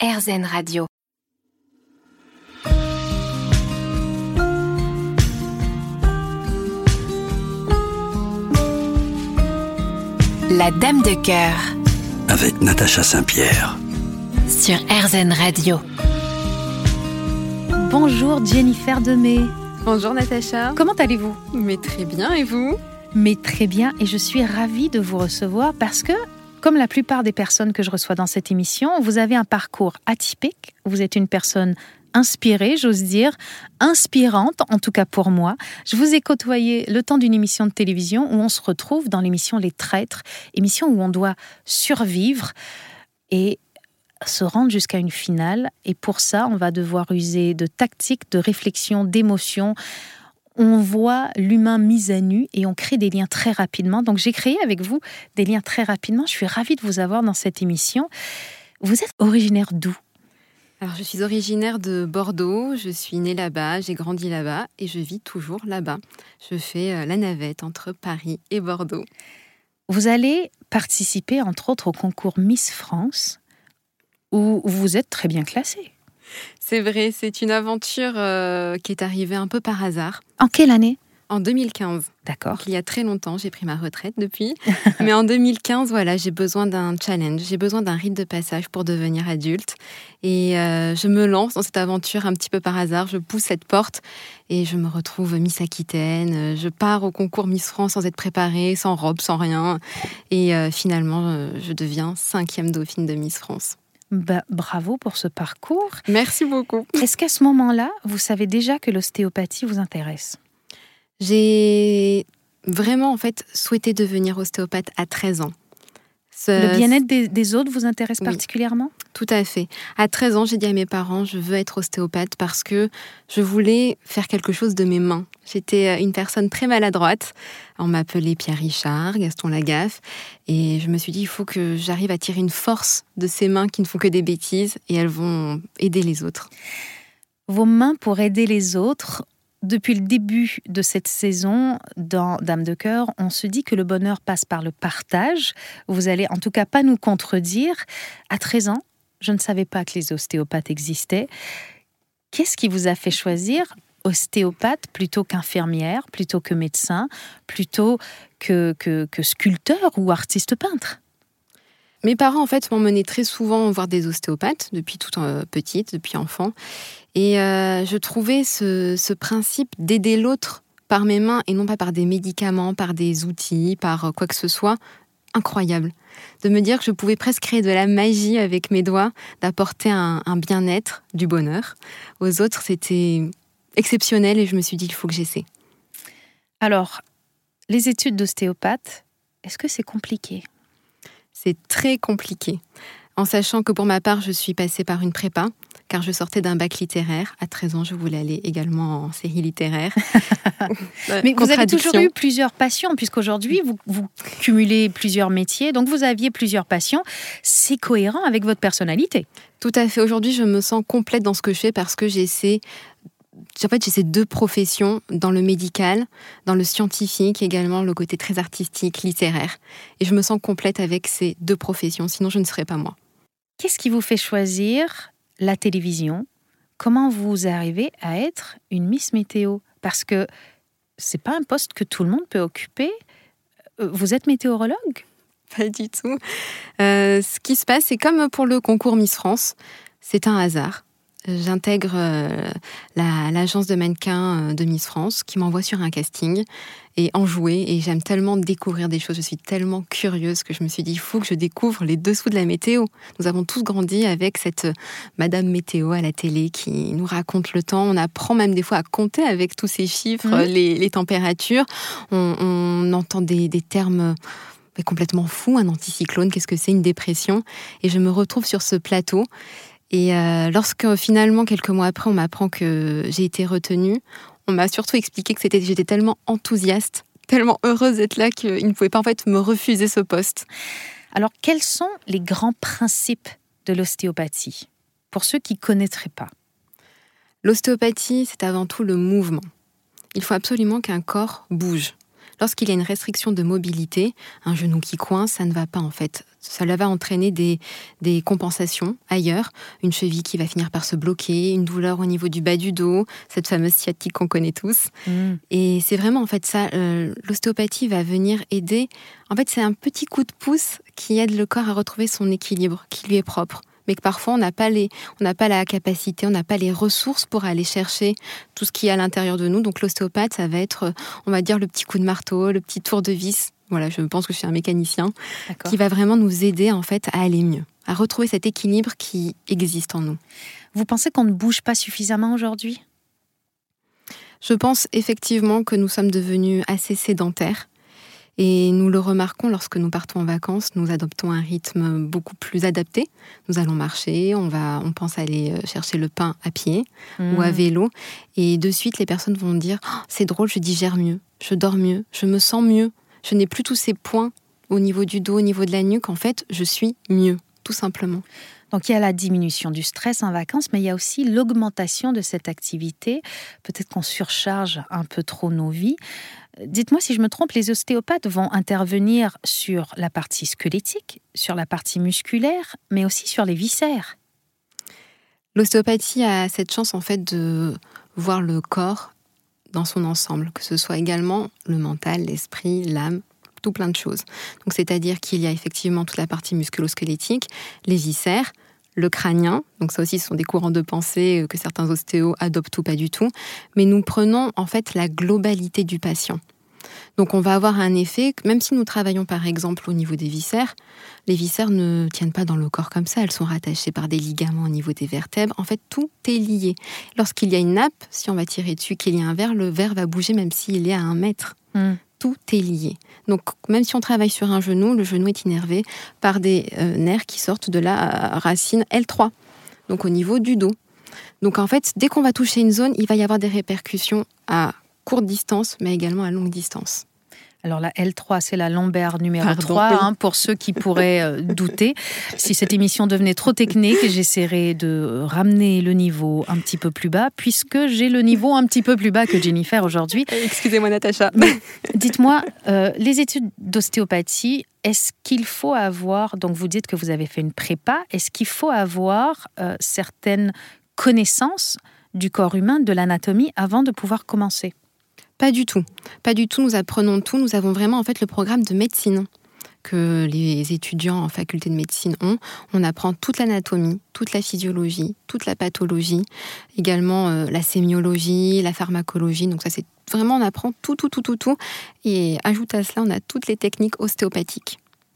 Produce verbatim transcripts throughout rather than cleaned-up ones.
AirZen Radio. La Dame de Cœur. Avec Natacha Saint-Pierre. Sur AirZen Radio. Bonjour Jennifer Demey. Bonjour Natacha. Comment allez-vous ? Mais très bien, et vous ? Mais très bien, et je suis ravie de vous recevoir parce que, comme la plupart des personnes que je reçois dans cette émission, vous avez un parcours atypique. Vous êtes une personne inspirée, j'ose dire, inspirante, en tout cas pour moi. Je vous ai côtoyé le temps d'une émission de télévision où on se retrouve dans l'émission Les Traîtres, émission où on doit survivre et se rendre jusqu'à une finale. Et pour ça, on va devoir user de tactiques, de réflexion, d'émotions. On voit l'humain mis à nu et on crée des liens très rapidement. Donc j'ai créé avec vous des liens très rapidement. Je suis ravie de vous avoir dans cette émission. Vous êtes originaire d'où ? Alors, je suis originaire de Bordeaux, je suis née là-bas, j'ai grandi là-bas et je vis toujours là-bas. Je fais la navette entre Paris et Bordeaux. Vous allez participer, entre autres, au concours Miss France, où vous êtes très bien classée. C'est vrai, c'est une aventure euh, qui est arrivée un peu par hasard. En quelle année ? En deux mille quinze. D'accord. Donc, il y a très longtemps, j'ai pris ma retraite depuis. Mais en deux mille quinze, voilà, j'ai besoin d'un challenge, j'ai besoin d'un rite de passage pour devenir adulte. Et euh, je me lance dans cette aventure un petit peu par hasard. Je pousse cette porte et je me retrouve Miss Aquitaine. Je pars au concours Miss France sans être préparée, sans robe, sans rien. Et euh, finalement, euh, je deviens cinquième dauphine de Miss France. Bah, bravo pour ce parcours. Merci beaucoup. Est-ce qu'à ce moment-là, vous savez déjà que l'ostéopathie vous intéresse ? J'ai vraiment en fait souhaité devenir ostéopathe à treize ans. Ce... Le bien-être des, des autres vous intéresse Oui, particulièrement ? Tout à fait. À treize ans, j'ai dit à mes parents, je veux être ostéopathe parce que je voulais faire quelque chose de mes mains. J'étais une personne très maladroite. On m'appelait Pierre Richard, Gaston Lagaffe. Et je me suis dit, il faut que j'arrive à tirer une force de ces mains qui ne font que des bêtises et elles vont aider les autres. Vos mains pour aider les autres. Depuis le début de cette saison, dans Dame de Cœur, on se dit que le bonheur passe par le partage. Vous allez en tout cas pas nous contredire. À treize ans, je ne savais pas que les ostéopathes existaient. Qu'est-ce qui vous a fait choisir ostéopathe plutôt qu'infirmière, plutôt que médecin, plutôt que, que, que sculpteur ou artiste peintre ? Mes parents, en fait, m'emmenaient très souvent voir des ostéopathes, depuis toute euh, petite, depuis enfant. Et euh, je trouvais ce, ce principe d'aider l'autre par mes mains et non pas par des médicaments, par des outils, par quoi que ce soit, incroyable. De me dire que je pouvais presque créer de la magie avec mes doigts, d'apporter un, un bien-être, du bonheur. Aux autres, c'était exceptionnel et je me suis dit, il faut que j'essaie. Alors, les études d'ostéopathe, est-ce que c'est compliqué ? C'est très compliqué. En sachant que pour ma part, je suis passée par une prépa, car je sortais d'un bac littéraire. À treize ans, je voulais aller également en série littéraire. Mais vous avez toujours eu plusieurs passions, puisqu'aujourd'hui, vous, vous cumulez plusieurs métiers, donc vous aviez plusieurs passions. C'est cohérent avec votre personnalité. Tout à fait. Aujourd'hui, je me sens complète dans ce que je fais parce que j'essaie... En fait, j'ai ces deux professions, dans le médical, dans le scientifique, également le côté très artistique, littéraire. Et je me sens complète avec ces deux professions, sinon je ne serais pas moi. Qu'est-ce qui vous fait choisir la télévision ? Comment vous arrivez à être une Miss Météo ? Parce que c'est pas un poste que tout le monde peut occuper. Vous êtes météorologue ? Pas du tout. Euh, ce qui se passe, c'est comme pour le concours Miss France, c'est un hasard. J'intègre euh, la, l'agence de mannequins de Miss France qui m'envoie sur un casting et enjouée. Et j'aime tellement découvrir des choses. Je suis tellement curieuse que je me suis dit, il faut que je découvre les dessous de la météo. Nous avons tous grandi avec cette Madame Météo à la télé qui nous raconte le temps. On apprend même des fois à compter avec tous ces chiffres, mmh. les, les températures. On, on entend des, des termes... mais complètement fous. Un anticyclone, qu'est-ce que c'est ? Une dépression. Et je me retrouve sur ce plateau. Et euh, lorsque finalement, quelques mois après, on m'apprend que j'ai été retenue, on m'a surtout expliqué que c'était, j'étais tellement enthousiaste, tellement heureuse d'être là qu'ils ne pouvaient pas en fait me refuser ce poste. Alors, quels sont les grands principes de l'ostéopathie, pour ceux qui ne connaîtraient pas ? L'ostéopathie, c'est avant tout le mouvement. Il faut absolument qu'un corps bouge. Lorsqu'il y a une restriction de mobilité, un genou qui coince, ça ne va pas en fait. Ça va entraîner des, des compensations ailleurs, une cheville qui va finir par se bloquer, une douleur au niveau du bas du dos, cette fameuse sciatique qu'on connaît tous. Mmh. Et c'est vraiment en fait ça, euh, l'ostéopathie va venir aider. En fait, c'est un petit coup de pouce qui aide le corps à retrouver son équilibre, qui lui est propre. Mais que parfois on n'a pas les, on n'a pas la capacité, on n'a pas les ressources pour aller chercher tout ce qui est à l'intérieur de nous. Donc l'ostéopathe, ça va être, on va dire, le petit coup de marteau, le petit tour de vis. Voilà, je pense que je suis un mécanicien. D'accord. Qui va vraiment nous aider en fait à aller mieux, à retrouver cet équilibre qui existe en nous. Vous pensez qu'on ne bouge pas suffisamment aujourd'hui ? Je pense effectivement que nous sommes devenus assez sédentaires. Et nous le remarquons lorsque nous partons en vacances, nous adoptons un rythme beaucoup plus adapté. Nous allons marcher, on, va, on pense aller chercher le pain à pied mmh. ou à vélo. Et de suite, les personnes vont dire oh, « c'est drôle, je digère mieux, je dors mieux, je me sens mieux. Je n'ai plus tous ces points au niveau du dos, au niveau de la nuque. En fait, je suis mieux, tout simplement. » Donc, il y a la diminution du stress en vacances, mais il y a aussi l'augmentation de cette activité. Peut-être qu'on surcharge un peu trop nos vies. Dites-moi si je me trompe, les ostéopathes vont intervenir sur la partie squelettique, sur la partie musculaire, mais aussi sur les viscères. L'ostéopathie a cette chance, en fait, de voir le corps dans son ensemble, que ce soit également le mental, l'esprit, l'âme, tout plein de choses. Donc, c'est-à-dire qu'il y a effectivement toute la partie musculo-squelettique, les viscères, le crânien, donc ça aussi ce sont des courants de pensée que certains ostéos adoptent ou pas du tout, mais nous prenons en fait la globalité du patient. Donc on va avoir un effet, même si nous travaillons par exemple au niveau des viscères, les viscères ne tiennent pas dans le corps comme ça, elles sont rattachées par des ligaments au niveau des vertèbres, en fait tout est lié. Lorsqu'il y a une nappe, si on va tirer dessus, qu'il y a un verre, le verre va bouger même s'il est à un mètre. Mmh. Tout est lié. Donc, même si on travaille sur un genou, le genou est innervé par des euh, nerfs qui sortent de la racine L trois, donc au niveau du dos. Donc, en fait, dès qu'on va toucher une zone, il va y avoir des répercussions à courte distance, mais également à longue distance. Alors la L trois, c'est la lombaire numéro Pardon, trois, oui. hein, pour ceux qui pourraient euh, douter. Si cette émission devenait trop technique, j'essaierai de ramener le niveau un petit peu plus bas, puisque j'ai le niveau un petit peu plus bas que Jennifer aujourd'hui. Excusez-moi Natacha. Dites-moi, euh, les études d'ostéopathie, est-ce qu'il faut avoir, donc vous dites que vous avez fait une prépa, est-ce qu'il faut avoir euh, certaines connaissances du corps humain, de l'anatomie, avant de pouvoir commencer ? Pas du tout. Pas du tout, nous apprenons tout. Nous avons vraiment en fait le programme de médecine que les étudiants en faculté de médecine ont. On apprend toute l'anatomie, toute la physiologie, toute la pathologie, également euh, la sémiologie, la pharmacologie. Donc ça, c'est vraiment, on apprend tout, tout, tout, tout, tout. Et ajoute à cela, on a toutes les techniques ostéopathiques.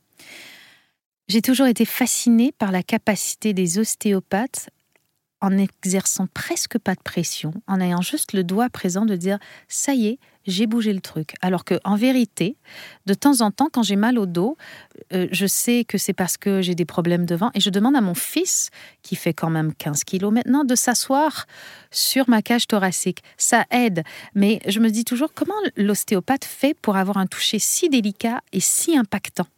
J'ai toujours été fascinée par la capacité des ostéopathes, en n'exerçant presque pas de pression, en ayant juste le doigt présent de dire « ça y est, j'ai bougé le truc ». Alors qu'en vérité, de temps en temps, quand j'ai mal au dos, euh, je sais que c'est parce que j'ai des problèmes devant et je demande à mon fils, qui fait quand même quinze kilos maintenant, de s'asseoir sur ma cage thoracique. Ça aide, mais je me dis toujours comment l'ostéopathe fait pour avoir un toucher si délicat et si impactant.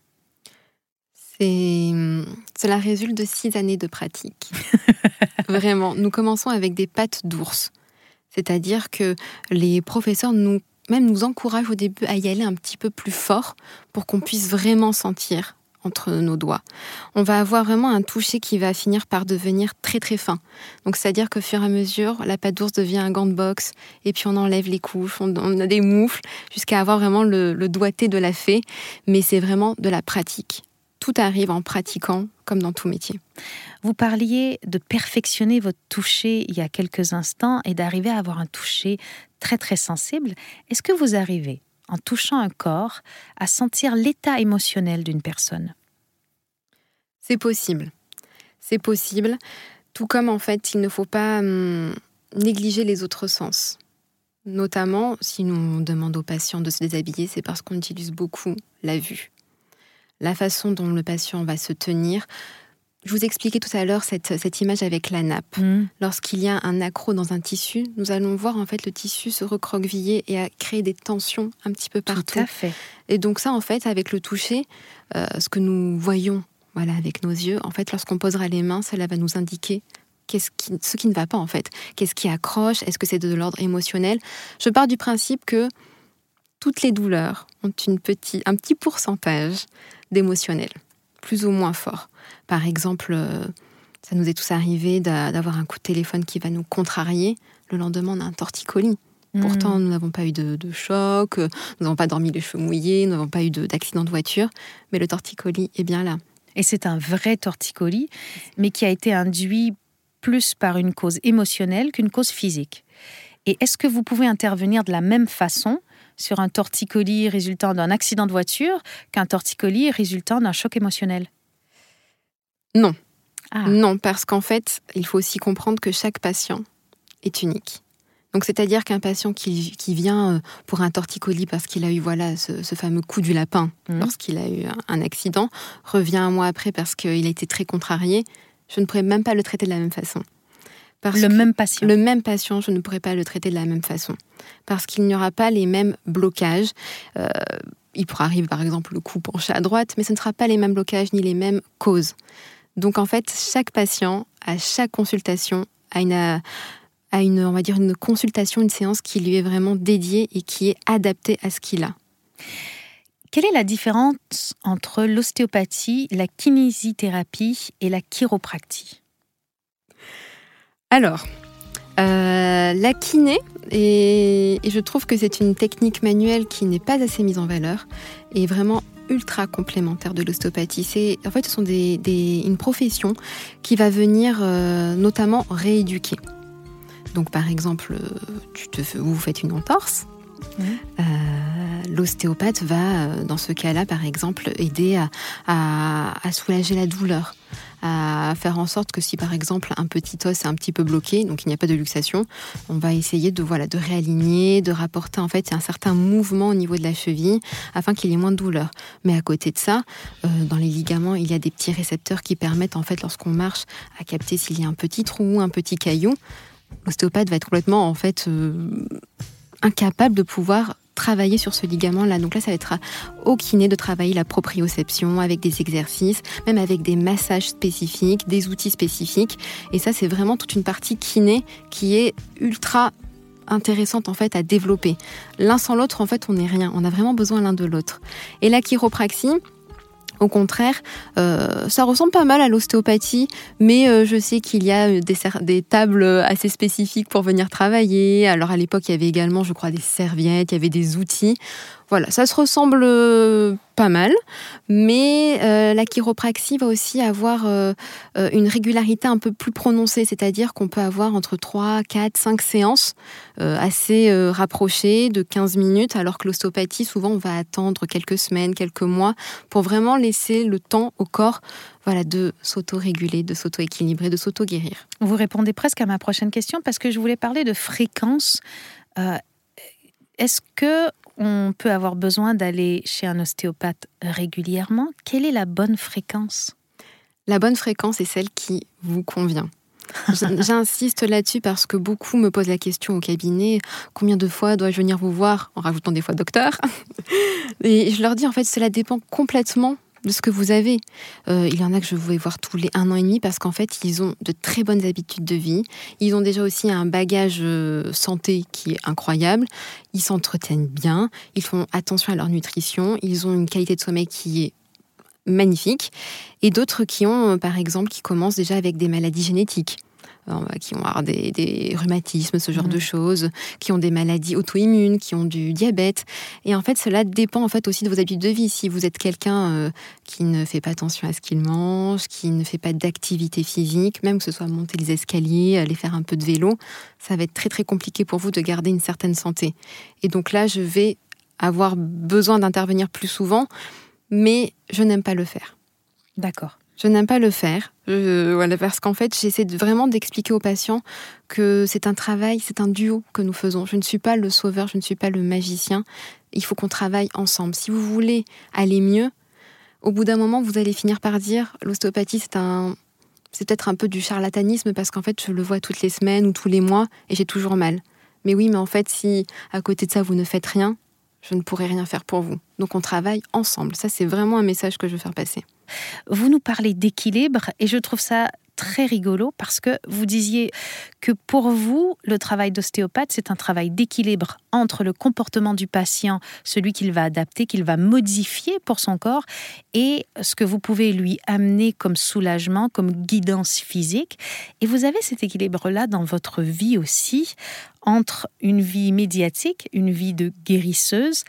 C'est... Cela résulte de six années de pratique. Vraiment, nous commençons avec des pattes d'ours. C'est-à-dire que les professeurs nous, même nous encouragent au début à y aller un petit peu plus fort pour qu'on puisse vraiment sentir entre nos doigts. On va avoir vraiment un toucher qui va finir par devenir très très fin. Donc c'est-à-dire qu'au fur et à mesure, la patte d'ours devient un gant de boxe et puis on enlève les couches, on, on a des moufles jusqu'à avoir vraiment le, le doigté de la fée. Mais c'est vraiment de la pratique. Tout arrive en pratiquant, comme dans tout métier. Vous parliez de perfectionner votre toucher il y a quelques instants et d'arriver à avoir un toucher très très sensible. Est-ce que vous arrivez, en touchant un corps, à sentir l'état émotionnel d'une personne ? C'est possible. C'est possible. Tout comme en fait, il ne faut pas hum, négliger les autres sens. Notamment, si on demande aux patients de se déshabiller, c'est parce qu'on utilise beaucoup la vue. La façon dont le patient va se tenir. Je vous expliquais tout à l'heure cette, cette image avec la nappe. Mmh. Lorsqu'il y a un accroc dans un tissu, nous allons voir en fait le tissu se recroqueviller et à créer des tensions un petit peu partout. Tout à fait. Et donc ça, en fait, avec le toucher, euh, ce que nous voyons, voilà, avec nos yeux, en fait, lorsqu'on posera les mains, cela va nous indiquer qu'est-ce qui, ce qui ne va pas en fait. Qu'est-ce qui accroche ? Est-ce que c'est de l'ordre émotionnel ? Je pars du principe que toutes les douleurs ont une petit, un petit pourcentage d'émotionnel, plus ou moins fort. Par exemple, euh, ça nous est tous arrivé d'avoir un coup de téléphone qui va nous contrarier. Le lendemain, on a un torticolis. Mmh. Pourtant, nous n'avons pas eu de, de choc, nous n'avons pas dormi les cheveux mouillés, nous n'avons pas eu de, d'accident de voiture, mais le torticolis est bien là. Et c'est un vrai torticolis, mais qui a été induit plus par une cause émotionnelle qu'une cause physique. Et est-ce que vous pouvez intervenir de la même façon sur un torticolis résultant d'un accident de voiture qu'un torticolis résultant d'un choc émotionnel ? Non. Ah. Non, parce qu'en fait, il faut aussi comprendre que chaque patient est unique. Donc, c'est-à-dire qu'un patient qui, qui vient pour un torticolis parce qu'il a eu voilà, ce, ce fameux coup du lapin mmh. lorsqu'il a eu un, un accident, revient un mois après parce qu'il a été très contrarié, je ne pourrais même pas le traiter de la même façon. Parce le même patient Le même patient, je ne pourrais pas le traiter de la même façon. Parce qu'il n'y aura pas les mêmes blocages. Euh, il pourra arriver, par exemple, le coup penché à droite, mais ce ne sera pas les mêmes blocages ni les mêmes causes. Donc, en fait, chaque patient, à chaque consultation, a une... A, à une, on va dire, une consultation, une séance qui lui est vraiment dédiée et qui est adaptée à ce qu'il a. Quelle est la différence entre l'ostéopathie, la kinésithérapie et la chiropractie ? Alors, euh, la kiné, et, et je trouve que c'est une technique manuelle qui n'est pas assez mise en valeur, est vraiment ultra complémentaire de l'ostéopathie. C'est, en fait, ce sont des, des, une profession qui va venir euh, notamment rééduquer. Donc, par exemple, tu te, vous faites une entorse. Mmh. Euh, l'ostéopathe va, dans ce cas-là, par exemple, aider à, à, à soulager la douleur, à faire en sorte que si, par exemple, un petit os est un petit peu bloqué, donc il n'y a pas de luxation, on va essayer de, voilà, de réaligner, de rapporter en fait un certain mouvement au niveau de la cheville afin qu'il y ait moins de douleur. Mais à côté de ça, euh, dans les ligaments, il y a des petits récepteurs qui permettent, en fait, lorsqu'on marche, à capter s'il y a un petit trou, un petit caillou. L'ostéopathe va être complètement en fait euh, incapable de pouvoir travailler sur ce ligament-là. Donc là, ça va être au kiné de travailler la proprioception avec des exercices, même avec des massages spécifiques, des outils spécifiques. Et ça, c'est vraiment toute une partie kiné qui est ultra intéressante en fait à développer. L'un sans l'autre, en fait, on n'est rien. On a vraiment besoin l'un de l'autre. Et la chiropraxie, au contraire, euh, ça ressemble pas mal à l'ostéopathie, mais euh, je sais qu'il y a des, des tables assez spécifiques pour venir travailler. Alors à l'époque, il y avait également, je crois, des serviettes, il y avait des outils. Voilà, ça se ressemble euh, pas mal, mais euh, la chiropraxie va aussi avoir euh, une régularité un peu plus prononcée, c'est-à-dire qu'on peut avoir entre trois, quatre, cinq séances euh, assez euh, rapprochées de quinze minutes, alors que l'ostéopathie, souvent, on va attendre quelques semaines, quelques mois pour vraiment laisser le temps au corps voilà, de s'auto-réguler, de s'auto-équilibrer, de s'auto-guérir. Vous répondez presque à ma prochaine question parce que je voulais parler de fréquence. Euh, est-ce que on peut avoir besoin d'aller chez un ostéopathe régulièrement? Quelle est la bonne fréquence? La bonne fréquence est celle qui vous convient. J'insiste là-dessus parce que beaucoup me posent la question au cabinet, combien de fois dois-je venir vous voir, en rajoutant des fois docteur? Et je leur dis en fait cela dépend complètement de ce que vous avez. Euh, il y en a que je vais voir tous les un an et demi parce qu'en fait, ils ont de très bonnes habitudes de vie. Ils ont déjà aussi un bagage euh, santé qui est incroyable. Ils s'entretiennent bien. Ils font attention à leur nutrition. Ils ont une qualité de sommeil qui est magnifique. Et d'autres qui ont, par exemple, qui commencent déjà avec des maladies génétiques. Qui vont avoir des, des rhumatismes, ce genre mmh. de choses, qui ont des maladies auto-immunes, qui ont du diabète. Et en fait, cela dépend en fait aussi de vos habitudes de vie. Si vous êtes quelqu'un euh, qui ne fait pas attention à ce qu'il mange, qui ne fait pas d'activité physique, même que ce soit monter les escaliers, aller faire un peu de vélo, ça va être très très compliqué pour vous de garder une certaine santé. Et donc là, je vais avoir besoin d'intervenir plus souvent, mais je n'aime pas le faire. D'accord. Je n'aime pas le faire, je, voilà, parce qu'en fait, j'essaie de, vraiment d'expliquer aux patients que c'est un travail, c'est un duo que nous faisons. Je ne suis pas le sauveur, je ne suis pas le magicien. Il faut qu'on travaille ensemble. Si vous voulez aller mieux, au bout d'un moment, vous allez finir par dire l'ostéopathie, c'est un, c'est peut-être un peu du charlatanisme parce qu'en fait, je le vois toutes les semaines ou tous les mois et j'ai toujours mal. Mais oui, mais en fait, si à côté de ça, vous ne faites rien, je ne pourrai rien faire pour vous. Donc, on travaille ensemble. Ça, c'est vraiment un message que je veux faire passer. Vous nous parlez d'équilibre et je trouve ça très rigolo parce que vous disiez que pour vous, le travail d'ostéopathe, c'est un travail d'équilibre entre le comportement du patient, celui qu'il va adapter, qu'il va modifier pour son corps, et ce que vous pouvez lui amener comme soulagement, comme guidance physique. Et vous avez cet équilibre-là dans votre vie aussi, entre une vie médiatique, une vie de guérisseuse.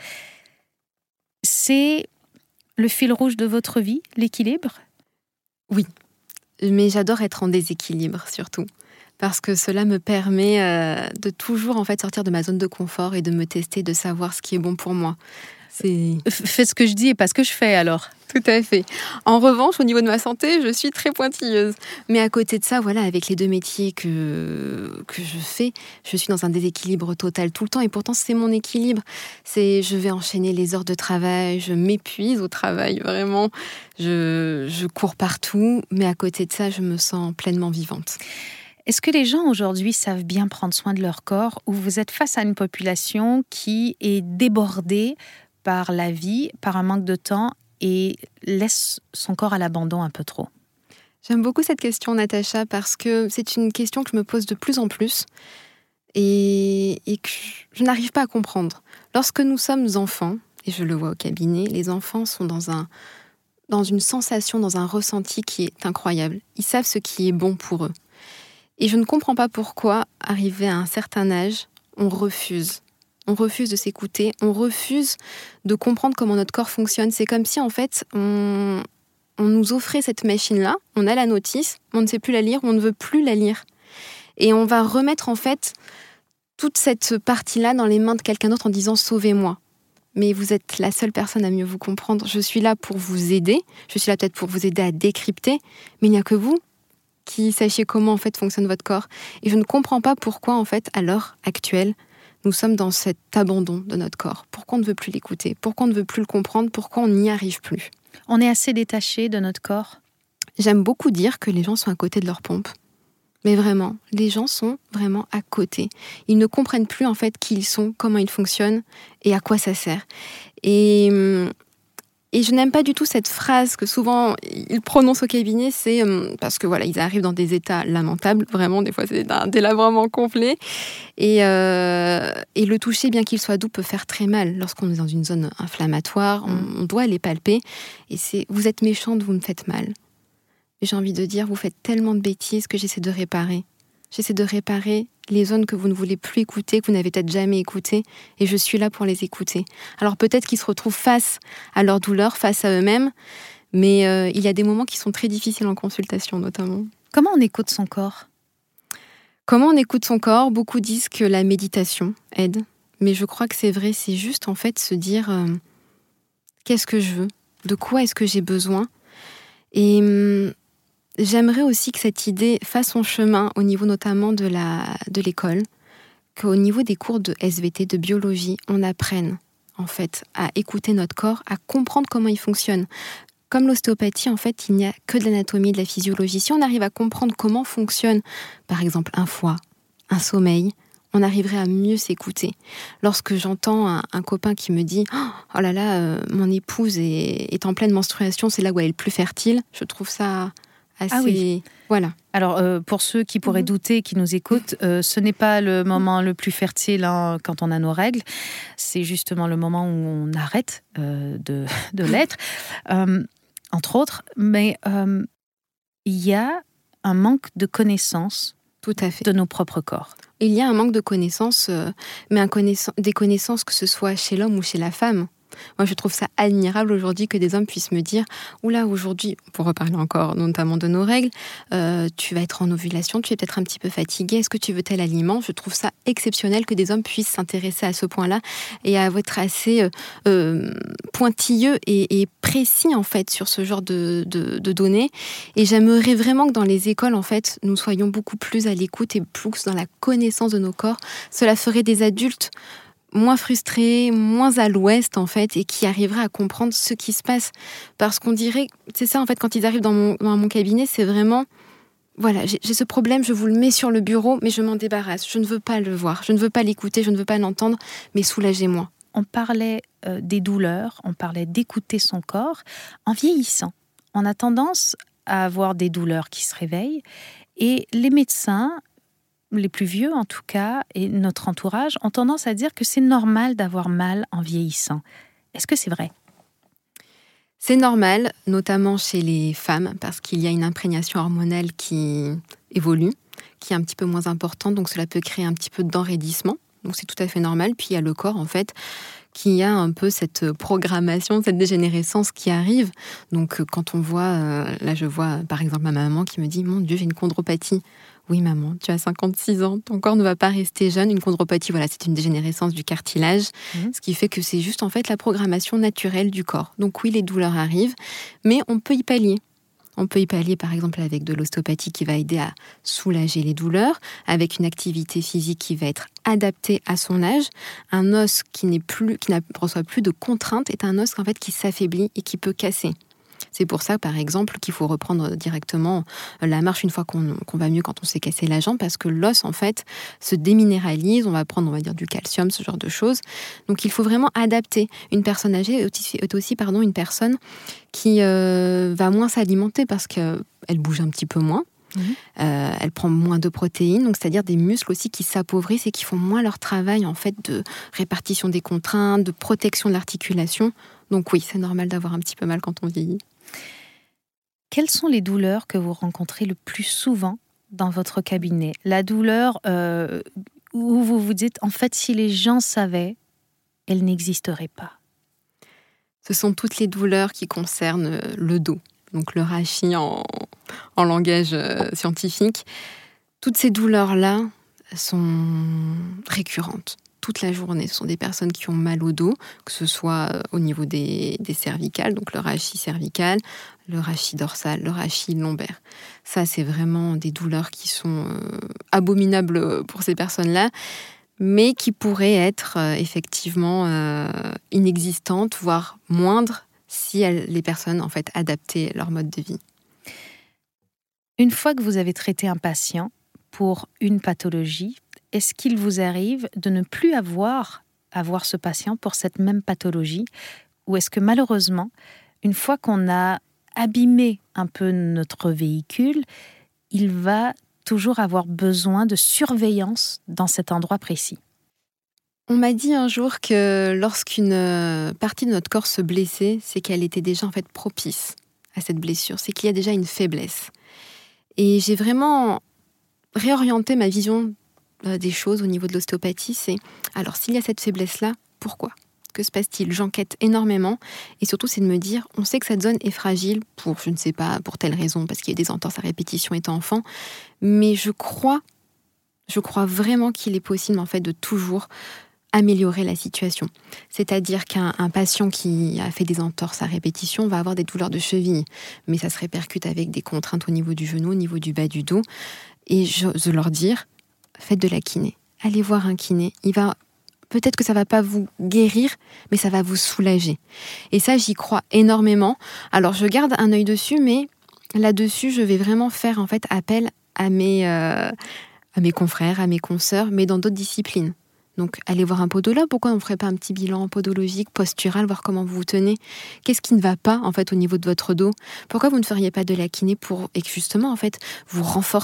C'est le fil rouge de votre vie, l'équilibre ? Oui, mais j'adore être en déséquilibre surtout, parce que cela me permet euh, de toujours en fait sortir de ma zone de confort et de me tester, de savoir ce qui est bon pour moi. C'est... Fais ce que je dis et pas ce que je fais alors. Tout à fait. En revanche, au niveau de ma santé, je suis très pointilleuse. Mais à côté de ça, voilà, avec les deux métiers que, que je fais, je suis dans un déséquilibre total tout le temps. Et pourtant, c'est mon équilibre. C'est, je vais enchaîner les heures de travail, je m'épuise au travail, vraiment. Je, je cours partout, mais à côté de ça, je me sens pleinement vivante. Est-ce que les gens aujourd'hui savent bien prendre soin de leur corps, ou vous êtes face à une population qui est débordée par la vie, par un manque de temps, et laisse son corps à l'abandon un peu trop? J'aime beaucoup cette question, Natacha, parce que c'est une question que je me pose de plus en plus et, et que je n'arrive pas à comprendre. Lorsque nous sommes enfants, et je le vois au cabinet, les enfants sont dans, un, dans une sensation, dans un ressenti qui est incroyable. Ils savent ce qui est bon pour eux. Et je ne comprends pas pourquoi, arrivé à un certain âge, on refuse. On refuse de s'écouter, on refuse de comprendre comment notre corps fonctionne. C'est comme si, en fait, on, on nous offrait cette machine-là, on a la notice, on ne sait plus la lire, on ne veut plus la lire. Et on va remettre, en fait, toute cette partie-là dans les mains de quelqu'un d'autre en disant « sauvez-moi ». Mais vous êtes la seule personne à mieux vous comprendre. Je suis là pour vous aider, je suis là peut-être pour vous aider à décrypter, mais il n'y a que vous qui sachiez comment, en fait, fonctionne votre corps. Et je ne comprends pas pourquoi, en fait, à l'heure actuelle, nous sommes dans cet abandon de notre corps. Pourquoi on ne veut plus l'écouter ? Pourquoi on ne veut plus le comprendre ? Pourquoi on n'y arrive plus ? On est assez détaché de notre corps ? J'aime beaucoup dire que les gens sont à côté de leur pompe. Mais vraiment, les gens sont vraiment à côté. Ils ne comprennent plus en fait qui ils sont, comment ils fonctionnent et à quoi ça sert. Et... Et je n'aime pas du tout cette phrase que souvent ils prononcent au cabinet, c'est euh, parce que voilà, ils arrivent dans des états lamentables, vraiment, des fois c'est un délabrement complet. Et, euh, et le toucher, bien qu'il soit doux, peut faire très mal. Lorsqu'on est dans une zone inflammatoire, on, on doit les palper. Et c'est, vous êtes méchante, vous me faites mal. Et j'ai envie de dire, vous faites tellement de bêtises que j'essaie de réparer. J'essaie de réparer les zones que vous ne voulez plus écouter, que vous n'avez peut-être jamais écoutées, et je suis là pour les écouter. Alors peut-être qu'ils se retrouvent face à leur douleur, face à eux-mêmes, mais euh, il y a des moments qui sont très difficiles en consultation, notamment. Comment on écoute son corps ? Comment on écoute son corps ? Beaucoup disent que la méditation aide, mais je crois que c'est vrai, c'est juste en fait se dire euh, qu'est-ce que je veux ? De quoi est-ce que j'ai besoin ? Et... Hum, J'aimerais aussi que cette idée fasse son chemin au niveau notamment de, la, de l'école, qu'au niveau des cours de S V T, de biologie, on apprenne en fait à écouter notre corps, à comprendre comment il fonctionne. Comme l'ostéopathie, en fait, il n'y a que de l'anatomie, de la physiologie. Si on arrive à comprendre comment fonctionne, par exemple, un foie, un sommeil, on arriverait à mieux s'écouter. Lorsque j'entends un, un copain qui me dit « Oh là là, euh, mon épouse est, est en pleine menstruation, c'est là où elle est le plus fertile », je trouve ça... Assez... Ah oui. Voilà. Alors, euh, pour ceux qui pourraient mmh. douter, qui nous écoutent, euh, ce n'est pas le moment le plus fertile hein, quand on a nos règles. C'est justement le moment où on arrête euh, de, de l'être, euh, entre autres. Mais euh, il y a un manque de connaissance Tout à fait. de nos propres corps. Il y a un manque de connaissances, euh, mais un connaiss- des connaissances que ce soit chez l'homme ou chez la femme. Moi, je trouve ça admirable aujourd'hui que des hommes puissent me dire « Oula, aujourd'hui, pour reparler encore notamment de nos règles, euh, tu vas être en ovulation, tu es peut-être un petit peu fatigué, est-ce que tu veux tel aliment ?» Je trouve ça exceptionnel que des hommes puissent s'intéresser à ce point-là et à être assez euh, euh, pointilleux et, et précis, en fait, sur ce genre de, de, de données. Et j'aimerais vraiment que dans les écoles, en fait, nous soyons beaucoup plus à l'écoute et plus dans la connaissance de nos corps. Cela ferait des adultes moins frustrés, moins à l'ouest en fait, et qui arriveraient à comprendre ce qui se passe. Parce qu'on dirait, c'est ça en fait, quand ils arrivent dans mon, dans mon cabinet, c'est vraiment, voilà, j'ai, j'ai ce problème, je vous le mets sur le bureau, mais je m'en débarrasse. Je ne veux pas le voir, je ne veux pas l'écouter, je ne veux pas l'entendre, mais soulagez-moi. On parlait euh, des douleurs, on parlait d'écouter son corps. En vieillissant, on a tendance à avoir des douleurs qui se réveillent. Et les médecins, les plus vieux en tout cas, et notre entourage, ont tendance à dire que c'est normal d'avoir mal en vieillissant. Est-ce que c'est vrai ? C'est normal, notamment chez les femmes, parce qu'il y a une imprégnation hormonale qui évolue, qui est un petit peu moins importante, donc cela peut créer un petit peu d'enraidissement. Donc c'est tout à fait normal. Puis il y a le corps, en fait, qui a un peu cette programmation, cette dégénérescence qui arrive. Donc quand on voit, euh, là je vois par exemple ma maman qui me dit « Mon Dieu, j'ai une chondropathie ». Oui maman, tu as cinquante-six ans, ton corps ne va pas rester jeune. Une chondropathie, voilà, c'est une dégénérescence du cartilage, mmh. ce qui fait que c'est juste en fait la programmation naturelle du corps. Donc oui, les douleurs arrivent, mais on peut y pallier. On peut y pallier par exemple avec de l'ostéopathie qui va aider à soulager les douleurs, avec une activité physique qui va être adaptée à son âge. Un os qui n'est plus, qui ne reçoit plus de contraintes est un os en fait qui s'affaiblit et qui peut casser. C'est pour ça, par exemple, qu'il faut reprendre directement la marche une fois qu'on, qu'on va mieux quand on s'est cassé la jambe, parce que l'os, en fait, se déminéralise. On va prendre, on va dire, du calcium, ce genre de choses. Donc, il faut vraiment adapter. Une personne âgée est aussi, est aussi pardon, une personne qui euh, va moins s'alimenter parce qu'elle bouge un petit peu moins. Mmh. Euh, elle prend moins de protéines, donc c'est-à-dire des muscles aussi qui s'appauvrissent et qui font moins leur travail en fait de répartition des contraintes, de protection de l'articulation. Donc oui, c'est normal d'avoir un petit peu mal quand on vieillit. Quelles sont les douleurs que vous rencontrez le plus souvent dans votre cabinet ? La douleur euh, où vous vous dites, en fait, si les gens savaient, elle n'existerait pas. Ce sont toutes les douleurs qui concernent le dos, donc le rachis en, en langage euh, scientifique. Toutes ces douleurs-là sont récurrentes. Toute la journée, ce sont des personnes qui ont mal au dos, que ce soit au niveau des, des cervicales, donc le rachis cervical, le rachis dorsal, le rachis lombaire. Ça, c'est vraiment des douleurs qui sont euh, abominables pour ces personnes-là, mais qui pourraient être euh, effectivement euh, inexistantes, voire moindres, si elles, les personnes en fait adaptaient leur mode de vie. Une fois que vous avez traité un patient pour une pathologie, est-ce qu'il vous arrive de ne plus avoir à voir ce patient pour cette même pathologie ? Ou est-ce que malheureusement, une fois qu'on a abîmé un peu notre véhicule, il va toujours avoir besoin de surveillance dans cet endroit précis ? On m'a dit un jour que lorsqu'une partie de notre corps se blessait, c'est qu'elle était déjà en fait propice à cette blessure, c'est qu'il y a déjà une faiblesse. Et j'ai vraiment réorienté ma vision des choses au niveau de l'ostéopathie, c'est alors s'il y a cette faiblesse-là, pourquoi ? Que se passe-t-il ? J'enquête énormément et surtout c'est de me dire, on sait que cette zone est fragile pour, je ne sais pas, pour telle raison, parce qu'il y a des entorses à répétition étant enfant, mais je crois, je crois vraiment qu'il est possible en fait de toujours améliorer la situation. C'est-à-dire qu'un un patient qui a fait des entorses à répétition va avoir des douleurs de cheville, mais ça se répercute avec des contraintes au niveau du genou, au niveau du bas du dos, et j'ose leur dire, faites de la kiné. Allez voir un kiné. Il va, peut-être que ça va pas vous guérir, mais ça va vous soulager. Et ça, j'y crois énormément. Alors, je garde un œil dessus, mais là-dessus, je vais vraiment faire en fait appel à mes, euh, à mes confrères, à mes consoeurs, mais dans d'autres disciplines. Donc, allez voir un podologue. Pourquoi on ne ferait pas un petit bilan podologique, postural, voir comment vous vous tenez ? Qu'est-ce qui ne va pas, en fait, au niveau de votre dos ? Pourquoi vous ne feriez pas de la kiné pour, et que justement, en fait, vous renforcer ?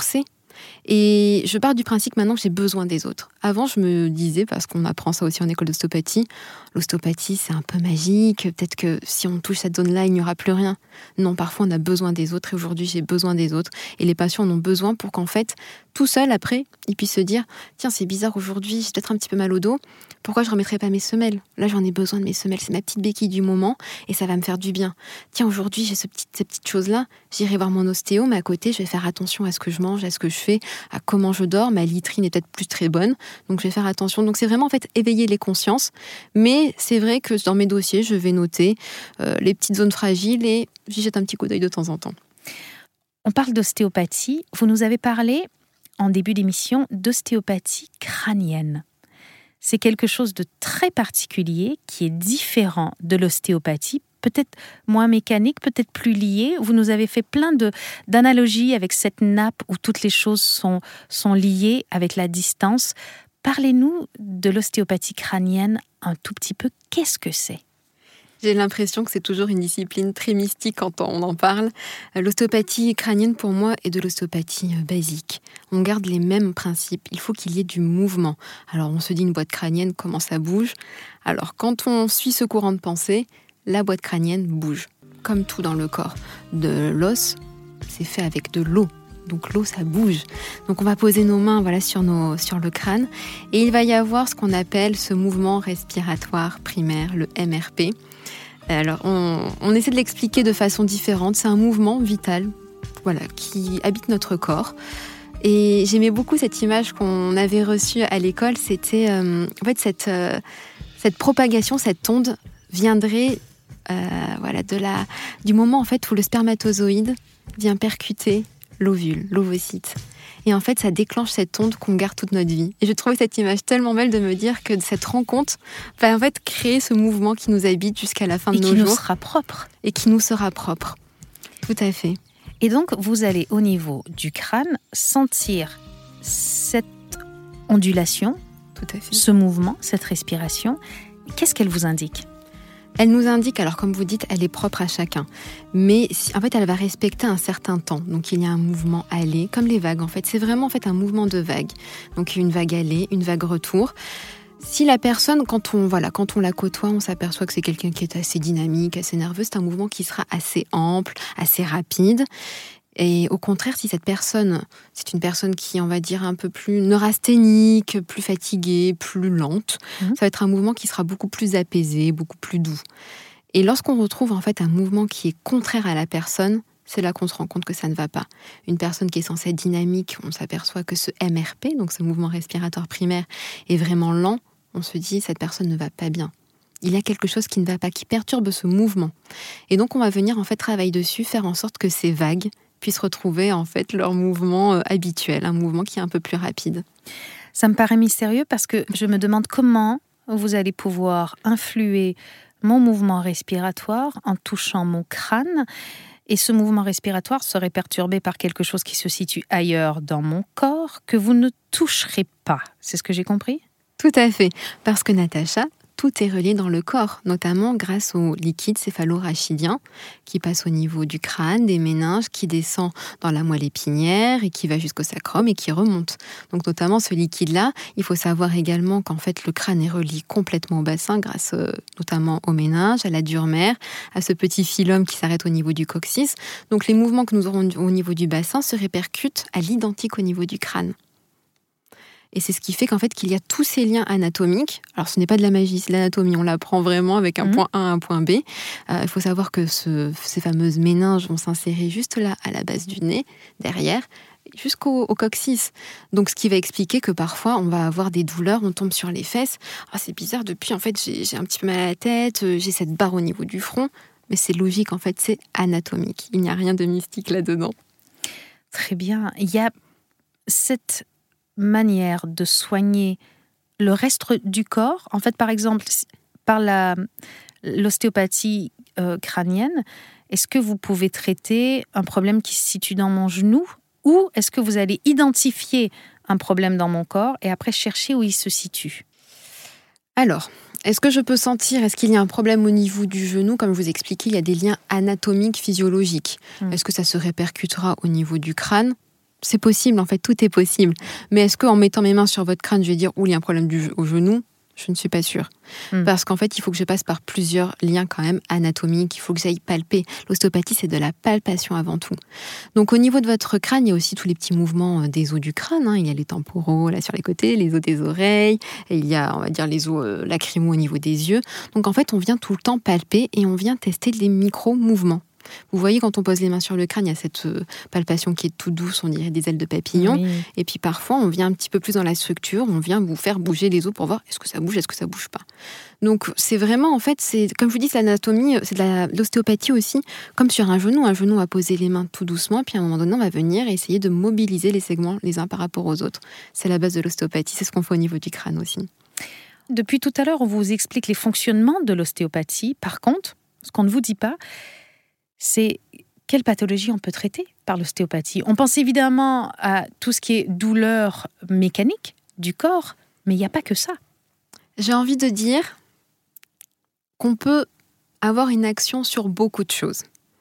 Et je pars du principe maintenant que j'ai besoin des autres. Avant, je me disais, parce qu'on apprend ça aussi en école d'ostéopathie, l'ostéopathie, c'est un peu magique. Peut-être que si on touche cette zone-là, il n'y aura plus rien. Non, parfois, on a besoin des autres. Et aujourd'hui, j'ai besoin des autres. Et les patients en ont besoin pour qu'en fait, tout seul, après, ils puissent se dire « Tiens, c'est bizarre aujourd'hui, j'ai peut-être un petit peu mal au dos. Pourquoi je ne remettrais pas mes semelles ? Là, j'en ai besoin de mes semelles. C'est ma petite béquille du moment et ça va me faire du bien. Tiens, aujourd'hui, j'ai ce petit, ces petites choses-là. J'irai voir mon ostéo, mais à côté, je vais faire attention à ce que je mange, à ce que je fais, à comment je dors. Ma litrine est peut-être plus très bonne, donc je vais faire attention. Donc, c'est vraiment en fait éveiller les consciences. Mais c'est vrai que dans mes dossiers, je vais noter euh, les petites zones fragiles et j'y jette un petit coup d'œil de temps en temps. On parle d'ostéopathie. Vous nous avez parlé en début d'émission d'ostéopathie crânienne. C'est quelque chose de très particulier qui est différent de l'ostéopathie, peut-être moins mécanique, peut-être plus lié. Vous nous avez fait plein de, d'analogies avec cette nappe où toutes les choses sont, sont liées avec la distance. Parlez-nous de l'ostéopathie crânienne un tout petit peu. Qu'est-ce que c'est ? J'ai l'impression que c'est toujours une discipline très mystique quand on en parle. L'ostéopathie crânienne, pour moi, est de l'ostéopathie basique. On garde les mêmes principes. Il faut qu'il y ait du mouvement. Alors, on se dit une boîte crânienne, comment ça bouge ? Alors, quand on suit ce courant de pensée, la boîte crânienne bouge. Comme tout dans le corps. De l'os, c'est fait avec de l'eau. Donc l'eau, ça bouge. Donc on va poser nos mains voilà, sur, nos, sur le crâne et il va y avoir ce qu'on appelle ce mouvement respiratoire primaire, le M R P. Alors on, on essaie de l'expliquer de façon différente. C'est un mouvement vital voilà, qui habite notre corps. Et j'aimais beaucoup cette image qu'on avait reçue à l'école. C'était euh, en fait cette, euh, cette propagation, cette onde viendrait euh, voilà, de la, du moment en fait, où le spermatozoïde vient percuter l'ovule, l'ovocyte. Et en fait, ça déclenche cette onde qu'on garde toute notre vie. Et je trouvais cette image tellement belle de me dire que cette rencontre va en fait créer ce mouvement qui nous habite jusqu'à la fin de nos jours. Et qui nous sera propre. Et qui nous sera propre. Tout à fait. Et donc, vous allez au niveau du crâne sentir cette ondulation, tout à fait. Ce mouvement, cette respiration. Qu'est-ce qu'elle vous indique ? Elle nous indique, alors comme vous dites, elle est propre à chacun. Mais en fait, elle va respecter un certain temps. Donc il y a un mouvement aller, comme les vagues en fait. C'est vraiment en fait un mouvement de vague. Donc une vague aller, une vague retour. Si la personne, quand on, voilà, quand on la côtoie, on s'aperçoit que c'est quelqu'un qui est assez dynamique, assez nerveux, c'est un mouvement qui sera assez ample, assez rapide. Et au contraire, si cette personne, c'est une personne qui, on va dire, un peu plus neurasthénique, plus fatiguée, plus lente, mmh. ça va être un mouvement qui sera beaucoup plus apaisé, beaucoup plus doux. Et lorsqu'on retrouve en fait un mouvement qui est contraire à la personne, c'est là qu'on se rend compte que ça ne va pas. Une personne qui est censée être dynamique, on s'aperçoit que ce M R P, donc ce mouvement respiratoire primaire, est vraiment lent. On se dit, cette personne ne va pas bien. Il y a quelque chose qui ne va pas, qui perturbe ce mouvement. Et donc on va venir en fait travailler dessus, faire en sorte que ces vagues puissent retrouver en fait leur mouvement habituel, un mouvement qui est un peu plus rapide. Ça me paraît mystérieux parce que je me demande comment vous allez pouvoir influer mon mouvement respiratoire en touchant mon crâne. Et ce mouvement respiratoire serait perturbé par quelque chose qui se situe ailleurs dans mon corps que vous ne toucherez pas. C'est ce que j'ai compris ? Tout à fait. Parce que Natacha, tout est relié dans le corps, notamment grâce au liquide céphalo-rachidien qui passe au niveau du crâne, des méninges, qui descend dans la moelle épinière et qui va jusqu'au sacrum et qui remonte. Donc notamment ce liquide-là, il faut savoir également qu'en fait le crâne est relié complètement au bassin grâce euh, notamment aux méninges, à la dure mère, à ce petit phylum qui s'arrête au niveau du coccyx. Donc les mouvements que nous aurons au niveau du bassin se répercutent à l'identique au niveau du crâne. Et c'est ce qui fait qu'en fait qu'il y a tous ces liens anatomiques. Alors ce n'est pas de la magie, c'est de l'anatomie, on l'apprend vraiment avec un mmh. point A, un point B. Euh, il faut savoir que ce, ces fameuses méninges vont s'insérer juste là, à la base du nez, derrière, jusqu'au au coccyx. Donc ce qui va expliquer que parfois on va avoir des douleurs, on tombe sur les fesses. Ah, c'est bizarre, depuis en fait j'ai, j'ai un petit peu mal à la tête, j'ai cette barre au niveau du front. Mais c'est logique, en fait, c'est anatomique. Il n'y a rien de mystique là-dedans. Très bien. Il y a cette manière de soigner le reste du corps. En fait, par exemple, par la, l'ostéopathie euh, crânienne, est-ce que vous pouvez traiter un problème qui se situe dans mon genou ou est-ce que vous allez identifier un problème dans mon corps et après chercher où il se situe ? Alors, est-ce que je peux sentir, est-ce qu'il y a un problème au niveau du genou ? Comme je vous expliquais, il y a des liens anatomiques, physiologiques. Mmh. Est-ce que ça se répercutera au niveau du crâne ? C'est possible, en fait, tout est possible. Mais est-ce qu'en mettant mes mains sur votre crâne, je vais dire, où il y a un problème du, au genou ? Je ne suis pas sûre. Mmh. Parce qu'en fait, il faut que je passe par plusieurs liens quand même anatomiques. Il faut que j'aille palper. L'ostéopathie, c'est de la palpation avant tout. Donc, au niveau de votre crâne, il y a aussi tous les petits mouvements des os du crâne. Hein. Il y a les temporaux là sur les côtés, les os des oreilles. Et il y a, on va dire, les os euh, lacrymaux au niveau des yeux. Donc, en fait, on vient tout le temps palper et on vient tester les micro-mouvements. Vous voyez, quand on pose les mains sur le crâne, il y a cette palpation qui est toute douce, on dirait des ailes de papillon. Oui. Et puis parfois, on vient un petit peu plus dans la structure, on vient vous faire bouger les os pour voir est-ce que ça bouge, est-ce que ça bouge pas. Donc c'est vraiment, en fait, c'est comme je vous dis, c'est l'anatomie, c'est de la, l'ostéopathie aussi, comme sur un genou. Un genou, on va poser les mains tout doucement, puis à un moment donné, on va venir et essayer de mobiliser les segments les uns par rapport aux autres. C'est la base de l'ostéopathie, c'est ce qu'on fait au niveau du crâne aussi. Depuis tout à l'heure, on vous explique les fonctionnements de l'ostéopathie. Par contre, ce qu'on ne vous dit pas, c'est quelle pathologie on peut traiter par l'ostéopathie. On pense évidemment à tout ce qui est douleur mécanique du corps, mais il n'y a pas que ça. J'ai envie de dire qu'on peut avoir une action sur beaucoup de choses.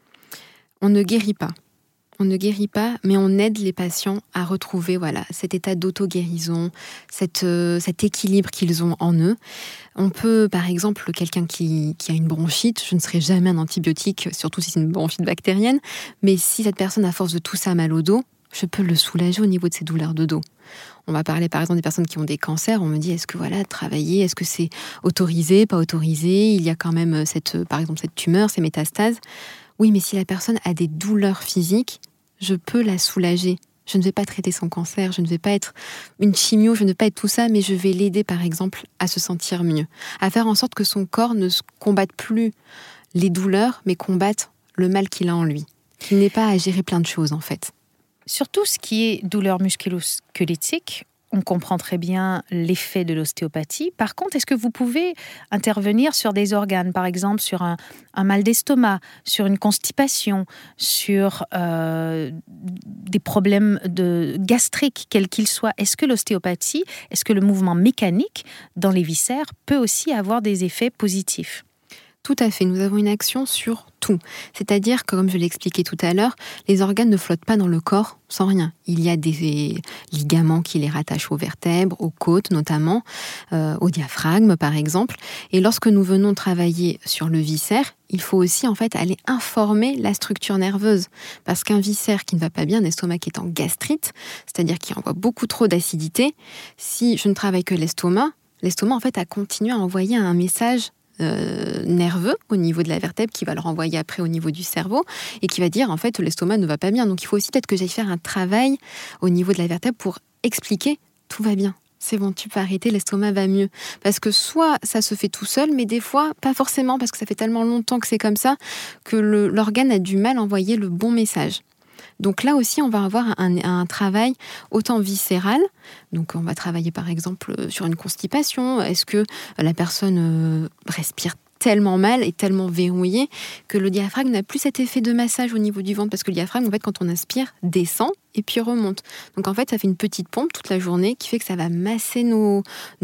On ne guérit pas. On ne guérit pas, mais on aide les patients à retrouver voilà, cet état d'auto-guérison, cette, euh, cet équilibre qu'ils ont en eux. On peut, par exemple, quelqu'un qui, qui a une bronchite, je ne serai jamais un antibiotique, surtout si c'est une bronchite bactérienne, mais si cette personne, à force de tout ça, a mal au dos, je peux le soulager au niveau de ses douleurs de dos. On va parler par exemple des personnes qui ont des cancers, on me dit est-ce que voilà, travailler, est-ce que c'est autorisé, pas autorisé, il y a quand même cette, par exemple cette tumeur, ces métastases. Oui, mais si la personne a des douleurs physiques, je peux la soulager. Je ne vais pas traiter son cancer, je ne vais pas être une chimio, je ne vais pas être tout ça, mais je vais l'aider par exemple à se sentir mieux, à faire en sorte que son corps ne combatte plus les douleurs, mais combatte le mal qu'il a en lui, qu'il n'ait pas à gérer plein de choses en fait. Sur tout ce qui est douleur musculo-squelettique, on comprend très bien l'effet de l'ostéopathie. Par contre, est-ce que vous pouvez intervenir sur des organes, par exemple sur un, un mal d'estomac, sur une constipation, sur euh, des problèmes de gastriques, quels qu'ils soient? Est-ce que l'ostéopathie, est-ce que le mouvement mécanique dans les viscères peut aussi avoir des effets positifs? Tout à fait, nous avons une action sur tout. C'est-à-dire que, comme je l'ai expliqué tout à l'heure, les organes ne flottent pas dans le corps sans rien. Il y a des ligaments qui les rattachent aux vertèbres, aux côtes notamment, euh, au diaphragme par exemple. Et lorsque nous venons travailler sur le viscère, il faut aussi en fait aller informer la structure nerveuse. Parce qu'un viscère qui ne va pas bien, un estomac qui est en gastrite, c'est-à-dire qui envoie beaucoup trop d'acidité, si je ne travaille que l'estomac, l'estomac en fait a continué à envoyer un message Euh, nerveux au niveau de la vertèbre qui va le renvoyer après au niveau du cerveau et qui va dire en fait l'estomac ne va pas bien. Donc il faut aussi peut-être que j'aille faire un travail au niveau de la vertèbre pour expliquer tout va bien. C'est bon, tu peux arrêter, l'estomac va mieux. Parce que soit ça se fait tout seul, mais des fois pas forcément parce que ça fait tellement longtemps que c'est comme ça que le, l'organe a du mal à envoyer le bon message. Donc là aussi, on va avoir un, un travail autant viscéral. Donc on va travailler par exemple sur une constipation. Est-ce que la personne euh, respire tellement mal et tellement verrouillée que le diaphragme n'a plus cet effet de massage au niveau du ventre? Parce que le diaphragme, en fait, quand on inspire, descend et puis remonte. Donc en fait, ça fait une petite pompe toute la journée qui fait que ça va masser nos,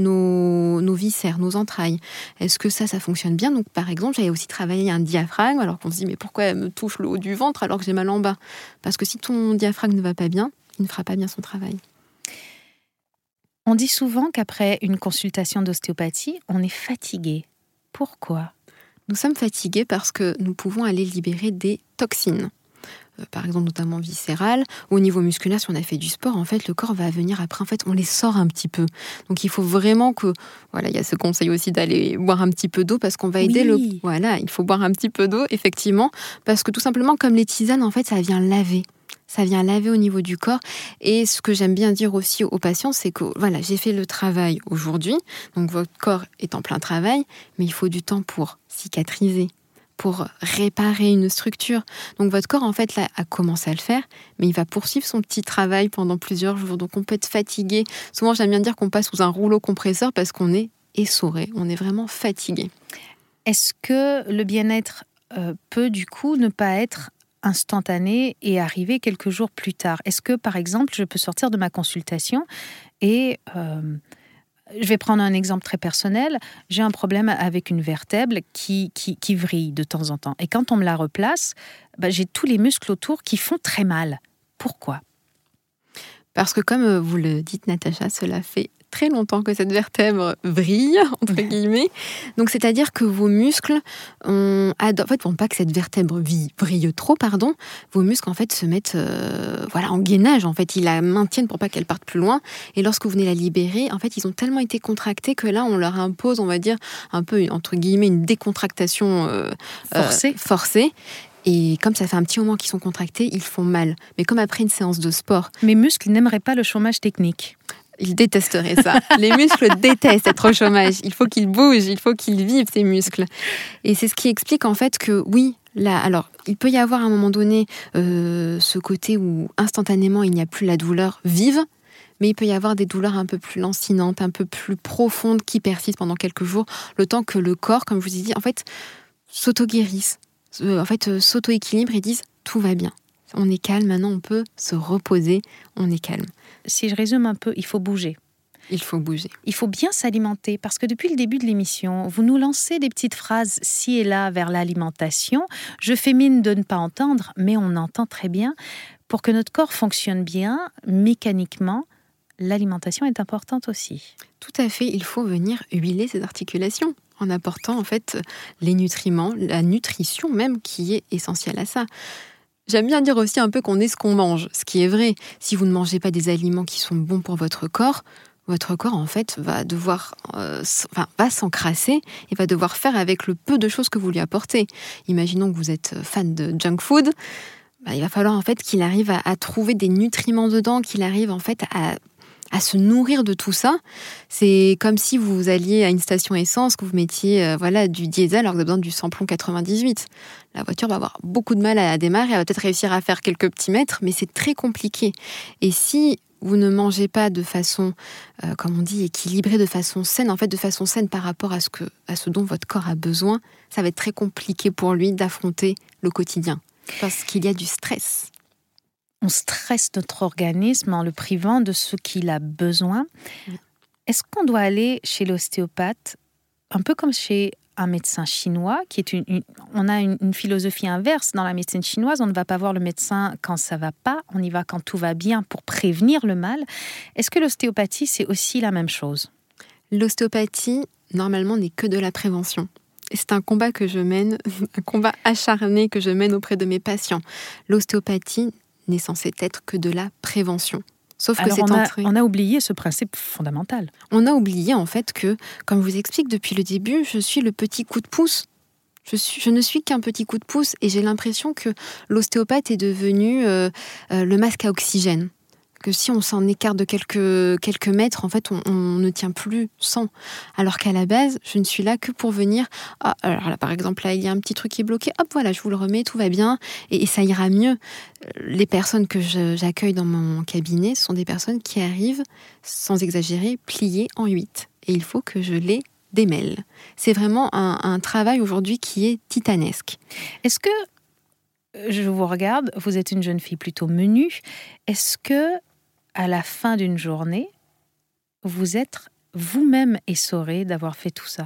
nos, nos viscères, nos entrailles. Est-ce que ça, ça fonctionne bien? Donc par exemple, j'avais aussi travaillé un diaphragme, alors qu'on se dit, mais pourquoi elle me touche le haut du ventre alors que j'ai mal en bas? Parce que si ton diaphragme ne va pas bien, il ne fera pas bien son travail. On dit souvent qu'après une consultation d'ostéopathie, on est fatigué. Pourquoi? Nous sommes fatigués parce que nous pouvons aller libérer des toxines. Euh, par exemple, notamment viscérales. Au niveau musculaire, si on a fait du sport, en fait, le corps va venir après. En fait, on les sort un petit peu. Donc, il faut vraiment que... Voilà, il y a ce conseil aussi d'aller boire un petit peu d'eau parce qu'on va aider oui. le... Voilà, il faut boire un petit peu d'eau, effectivement. Parce que tout simplement, comme les tisanes, en fait, ça vient laver. Ça vient laver au niveau du corps. Et ce que j'aime bien dire aussi aux patients, c'est que voilà, j'ai fait le travail aujourd'hui, donc votre corps est en plein travail, mais il faut du temps pour cicatriser, pour réparer une structure. Donc votre corps, en fait, là, a commencé à le faire, mais il va poursuivre son petit travail pendant plusieurs jours. Donc on peut être fatigué. Souvent, j'aime bien dire qu'on passe sous un rouleau compresseur parce qu'on est essoré, on est vraiment fatigué. Est-ce que le bien-être euh, peut, du coup, ne pas être instantané et arriver quelques jours plus tard? Est-ce que, par exemple, je peux sortir de ma consultation et euh, je vais prendre un exemple très personnel. J'ai un problème avec une vertèbre qui, qui, qui vrille de temps en temps. Et quand on me la replace, bah, j'ai tous les muscles autour qui font très mal. Pourquoi? Parce que, comme vous le dites, Natacha, cela fait très longtemps que cette vertèbre vrille, entre guillemets. Donc, c'est-à-dire que vos muscles, on adore, en fait, pour pas que cette vertèbre vrille trop, pardon, vos muscles, en fait, se mettent euh, voilà, en gainage. En fait, ils la maintiennent pour pas qu'elle parte plus loin. Et lorsque vous venez la libérer, en fait, ils ont tellement été contractés que là, on leur impose, on va dire, un peu, entre guillemets, une décontractation euh, forcée. Euh, forcée. Et comme ça fait un petit moment qu'ils sont contractés, ils font mal. Mais comme après une séance de sport... Mes muscles n'aimeraient pas le chômage technique. Ils détesteraient ça. Les muscles détestent être au chômage. Il faut qu'ils bougent, il faut qu'ils vivent, ces muscles. Et c'est ce qui explique en fait que oui, là, alors, il peut y avoir à un moment donné euh, ce côté où instantanément il n'y a plus la douleur vive, mais il peut y avoir des douleurs un peu plus lancinantes, un peu plus profondes qui persistent pendant quelques jours, le temps que le corps, comme je vous ai dit, en fait, s'auto-guérisse, en fait, euh, s'auto-équilibre et disent tout va bien. On est calme, maintenant on peut se reposer, on est calme. Si je résume un peu, il faut bouger. Il faut bouger. Il faut bien s'alimenter parce que depuis le début de l'émission, vous nous lancez des petites phrases ci et là vers l'alimentation. Je fais mine de ne pas entendre, mais on entend très bien. Pour que notre corps fonctionne bien, mécaniquement, l'alimentation est importante aussi. Tout à fait, il faut venir huiler ses articulations en apportant en fait les nutriments, la nutrition même qui est essentielle à ça. J'aime bien dire aussi un peu qu'on est ce qu'on mange, ce qui est vrai. Si vous ne mangez pas des aliments qui sont bons pour votre corps, votre corps en fait va devoir, euh, enfin, va s'encrasser et va devoir faire avec le peu de choses que vous lui apportez. Imaginons que vous êtes fan de junk food, bah, il va falloir en fait qu'il arrive à, à trouver des nutriments dedans, qu'il arrive en fait à à se nourrir de tout ça. C'est comme si vous alliez à une station essence, que vous mettiez euh, voilà, du diesel alors que vous avez besoin du samplon quatre-vingt-dix-huit. La voiture va avoir beaucoup de mal à démarrer, elle va peut-être réussir à faire quelques petits mètres, mais c'est très compliqué. Et si vous ne mangez pas de façon, euh, comme on dit, équilibrée, de façon saine, en fait de façon saine par rapport à ce, que, à ce dont votre corps a besoin, ça va être très compliqué pour lui d'affronter le quotidien, parce qu'il y a du stress. On stresse notre organisme en le privant de ce qu'il a besoin. Oui. Est-ce qu'on doit aller chez l'ostéopathe, un peu comme chez un médecin chinois, qui est une, une on a une, une philosophie inverse dans la médecine chinoise, on ne va pas voir le médecin quand ça va pas, on y va quand tout va bien pour prévenir le mal. Est-ce que l'ostéopathie, c'est aussi la même chose ? L'ostéopathie, normalement, n'est que de la prévention. Et c'est un combat que je mène, un combat acharné que je mène auprès de mes patients. L'ostéopathie n'est censé être que de la prévention. Sauf que Alors c'est on a, entré... on a oublié ce principe fondamental. On a oublié en fait que, comme je vous explique depuis le début, je suis le petit coup de pouce. Je, suis, je ne suis qu'un petit coup de pouce et j'ai l'impression que l'ostéopathe est devenu euh, euh, le masque à oxygène. Que si on s'en écarte de quelques, quelques mètres, en fait, on, on ne tient plus sans. Alors qu'à la base, je ne suis là que pour venir... Ah, alors là, par exemple, là, il y a un petit truc qui est bloqué. Hop, voilà, je vous le remets, tout va bien. Et, et ça ira mieux. Les personnes que je, j'accueille dans mon cabinet sont des personnes qui arrivent, sans exagérer, pliées en huit. Et il faut que je les démêle. C'est vraiment un, un travail aujourd'hui qui est titanesque. Est-ce que, je vous regarde, vous êtes une jeune fille plutôt menue. Est-ce que à la fin d'une journée, vous êtes vous-même essorée d'avoir fait tout ça ?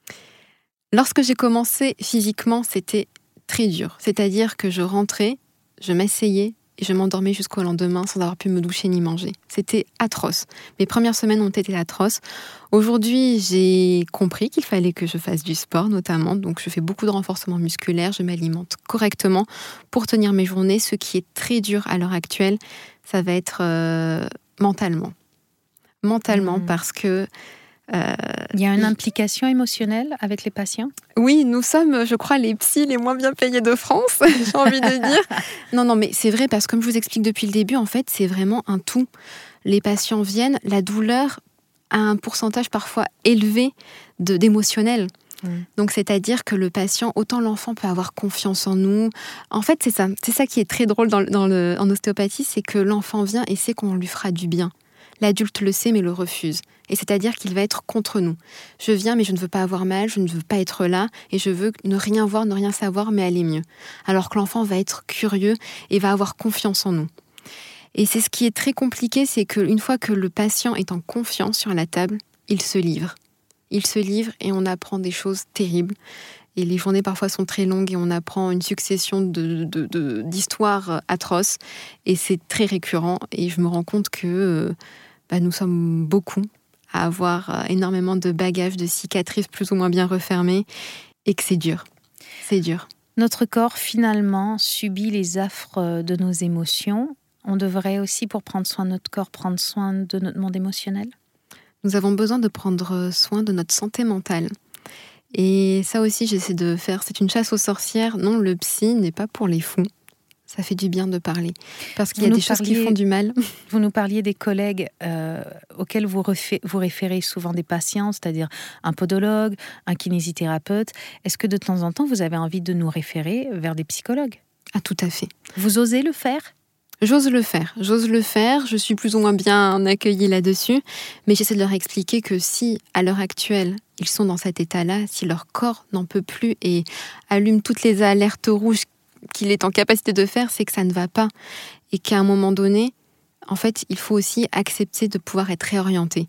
Lorsque j'ai commencé physiquement, c'était très dur. C'est-à-dire que je rentrais, je m'asseyais et je m'endormais jusqu'au lendemain sans avoir pu me doucher ni manger. C'était atroce. Mes premières semaines ont été atroces. Aujourd'hui, j'ai compris qu'il fallait que je fasse du sport notamment. Donc je fais beaucoup de renforcement musculaire, je m'alimente correctement pour tenir mes journées. Ce qui est très dur à l'heure actuelle, ça va être euh, mentalement. Mentalement, mmh. parce que... Euh, Il y a une implication émotionnelle avec les patients ? Oui, nous sommes, je crois, les psys les moins bien payés de France, j'ai envie de dire. Non, non, mais c'est vrai, parce que comme je vous explique depuis le début, en fait, c'est vraiment un tout. Les patients viennent, la douleur a un pourcentage parfois élevé de, d'émotionnel. Mmh. Donc, c'est-à-dire que le patient, autant l'enfant peut avoir confiance en nous. En fait, c'est ça, c'est ça qui est très drôle dans, dans le, en ostéopathie, c'est que l'enfant vient et sait qu'on lui fera du bien. L'adulte le sait mais le refuse. Et c'est-à-dire qu'il va être contre nous. Je viens mais je ne veux pas avoir mal, je ne veux pas être là et je veux ne rien voir, ne rien savoir mais aller mieux. Alors que l'enfant va être curieux et va avoir confiance en nous. Et c'est ce qui est très compliqué, c'est qu'une fois que le patient est en confiance sur la table, il se livre. Il se livre et on apprend des choses terribles. Et les journées parfois sont très longues et on apprend une succession de, de, de, d'histoires atroces. Et c'est très récurrent. Et je me rends compte que euh, bah, nous sommes beaucoup à avoir énormément de bagages, de cicatrices plus ou moins bien refermées. Et que c'est dur. C'est dur. Notre corps, finalement, subit les affres de nos émotions. On devrait aussi, pour prendre soin de notre corps, prendre soin de notre monde émotionnel ? Nous avons besoin de prendre soin de notre santé mentale. Et ça aussi, j'essaie de faire. C'est une chasse aux sorcières. Non, le psy n'est pas pour les fous. Ça fait du bien de parler. Parce qu'il vous y a des parliez, choses qui font du mal. Vous nous parliez des collègues euh, auxquels vous, refé- vous référez souvent des patients, c'est-à-dire un podologue, un kinésithérapeute. Est-ce que de temps en temps, vous avez envie de nous référer vers des psychologues ? Ah, tout à fait. Vous osez le faire ? J'ose le faire, j'ose le faire, je suis plus ou moins bien accueillie là-dessus, mais j'essaie de leur expliquer que si, à l'heure actuelle, ils sont dans cet état-là, si leur corps n'en peut plus et allume toutes les alertes rouges qu'il est en capacité de faire, c'est que ça ne va pas. Et qu'à un moment donné, en fait, il faut aussi accepter de pouvoir être réorienté.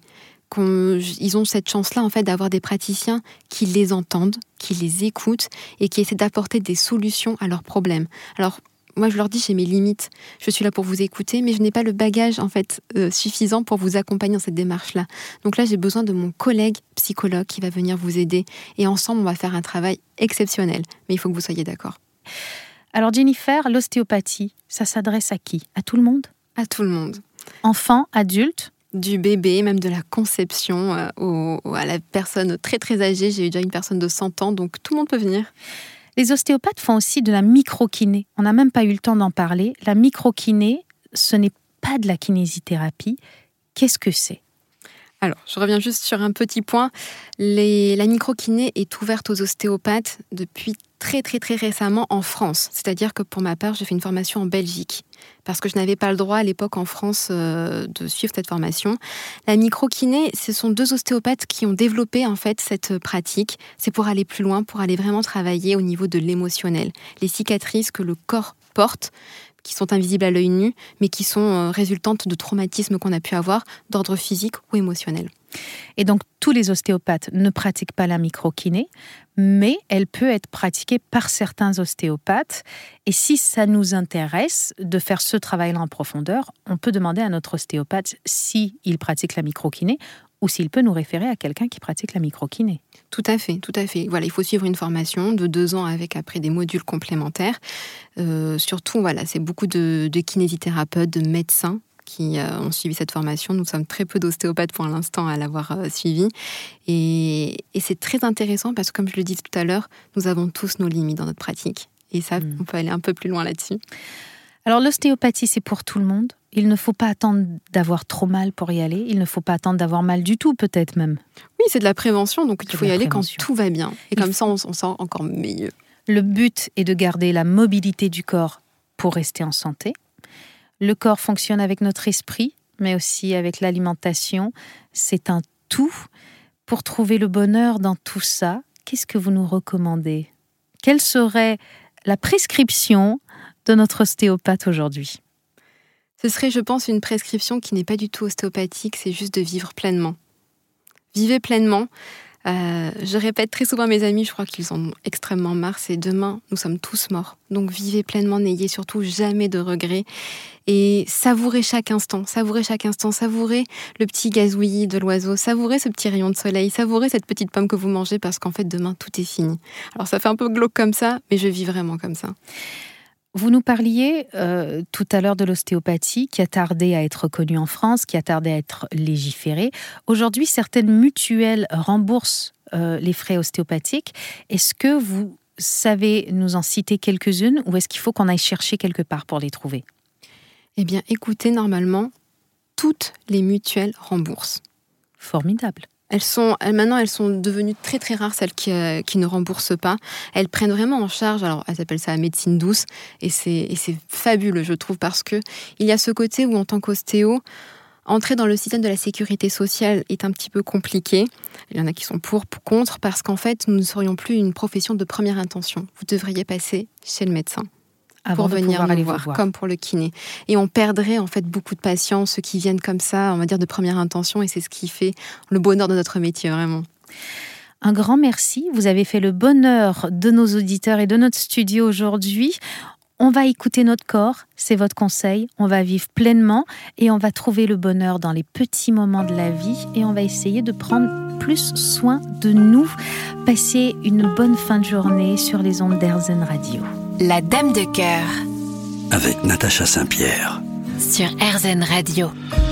Ils ont cette chance-là, en fait, d'avoir des praticiens qui les entendent, qui les écoutent et qui essaient d'apporter des solutions à leurs problèmes. Alors, moi, je leur dis, j'ai mes limites. Je suis là pour vous écouter, mais je n'ai pas le bagage, en fait, euh, suffisant pour vous accompagner dans cette démarche-là. Donc là, j'ai besoin de mon collègue psychologue qui va venir vous aider. Et ensemble, on va faire un travail exceptionnel. Mais il faut que vous soyez d'accord. Alors, Jennifer, l'ostéopathie, ça s'adresse à qui ? À tout le monde ? À tout le monde. Enfants, adultes ? Du bébé, même de la conception, euh, au, à la personne très très âgée. J'ai eu déjà une personne de cent ans, donc tout le monde peut venir. Les ostéopathes font aussi de la microkiné. On n'a même pas eu le temps d'en parler. La microkiné, ce n'est pas de la kinésithérapie. Qu'est-ce que c'est ? Alors, je reviens juste sur un petit point. Les, la microkiné est ouverte aux ostéopathes depuis très très très récemment en France. C'est-à-dire que pour ma part, j'ai fait une formation en Belgique parce que je n'avais pas le droit à l'époque en France euh, de suivre cette formation. La microkiné, ce sont deux ostéopathes qui ont développé en fait cette pratique. C'est pour aller plus loin, pour aller vraiment travailler au niveau de l'émotionnel. Les cicatrices que le corps porte, qui sont invisibles à l'œil nu, mais qui sont euh, résultantes de traumatismes qu'on a pu avoir d'ordre physique ou émotionnel. Et donc, tous les ostéopathes ne pratiquent pas la microkiné, mais elle peut être pratiquée par certains ostéopathes. Et si ça nous intéresse de faire ce travail-là en profondeur, on peut demander à notre ostéopathe s'il pratique la microkiné ou s'il peut nous référer à quelqu'un qui pratique la microkiné. Tout à fait, tout à fait. Voilà, il faut suivre une formation de deux ans avec après des modules complémentaires. Euh, surtout, voilà, c'est beaucoup de, de kinésithérapeutes, de médecins qui euh, ont suivi cette formation. Nous sommes très peu d'ostéopathes pour l'instant à l'avoir euh, suivi. Et, et c'est très intéressant parce que, comme je le disais tout à l'heure, nous avons tous nos limites dans notre pratique. Et ça, mmh. on peut aller un peu plus loin là-dessus. Alors, l'ostéopathie, c'est pour tout le monde. Il ne faut pas attendre d'avoir trop mal pour y aller. Il ne faut pas attendre d'avoir mal du tout, peut-être même. Oui, c'est de la prévention, donc il faut y aller prévention. quand tout va bien. Et comme ça, on, on sent encore mieux. Le but est de garder la mobilité du corps pour rester en santé. Le corps fonctionne avec notre esprit, mais aussi avec l'alimentation. C'est un tout. Pour trouver le bonheur dans tout ça, qu'est-ce que vous nous recommandez ? Quelle serait la prescription de notre ostéopathe aujourd'hui ? Ce serait, je pense, une prescription qui n'est pas du tout ostéopathique, c'est juste de vivre pleinement. Vivez pleinement. Euh, je répète très souvent à mes amis, je crois qu'ils en ont extrêmement marre, c'est demain, nous sommes tous morts. Donc vivez pleinement, n'ayez surtout jamais de regrets. Et savourez chaque instant, savourez chaque instant, savourez le petit gazouillis de l'oiseau, savourez ce petit rayon de soleil, savourez cette petite pomme que vous mangez parce qu'en fait, demain, tout est fini. Alors ça fait un peu glauque comme ça, mais je vis vraiment comme ça. Vous nous parliez euh, tout à l'heure de l'ostéopathie qui a tardé à être reconnue en France, qui a tardé à être légiférée. Aujourd'hui, certaines mutuelles remboursent euh, les frais ostéopathiques. Est-ce que vous savez nous en citer quelques-unes ou est-ce qu'il faut qu'on aille chercher quelque part pour les trouver ? Eh bien, écoutez, normalement, toutes les mutuelles remboursent. Formidable. Elles sont, elles, maintenant, elles sont devenues très très rares, celles qui, euh, qui ne remboursent pas. Elles prennent vraiment en charge, alors elles appellent ça la médecine douce, et c'est, et c'est fabuleux, je trouve, parce que il y a ce côté où, en tant qu'ostéo, entrer dans le système de la sécurité sociale est un petit peu compliqué. Il y en a qui sont pour, pour contre, parce qu'en fait, nous ne serions plus une profession de première intention. Vous devriez passer chez le médecin. Avant pour de venir nous aller voir, voir, comme pour le kiné. Et on perdrait en fait beaucoup de patients, ceux qui viennent comme ça, on va dire de première intention, et c'est ce qui fait le bonheur de notre métier, vraiment. Un grand merci, vous avez fait le bonheur de nos auditeurs et de notre studio aujourd'hui. On va écouter notre corps, c'est votre conseil, on va vivre pleinement et on va trouver le bonheur dans les petits moments de la vie et on va essayer de prendre plus soin de nous. Passez une bonne fin de journée sur les ondes d'Airzen Radio. La Dame de Cœur avec Natacha Saint-Pierre sur Airzen Radio.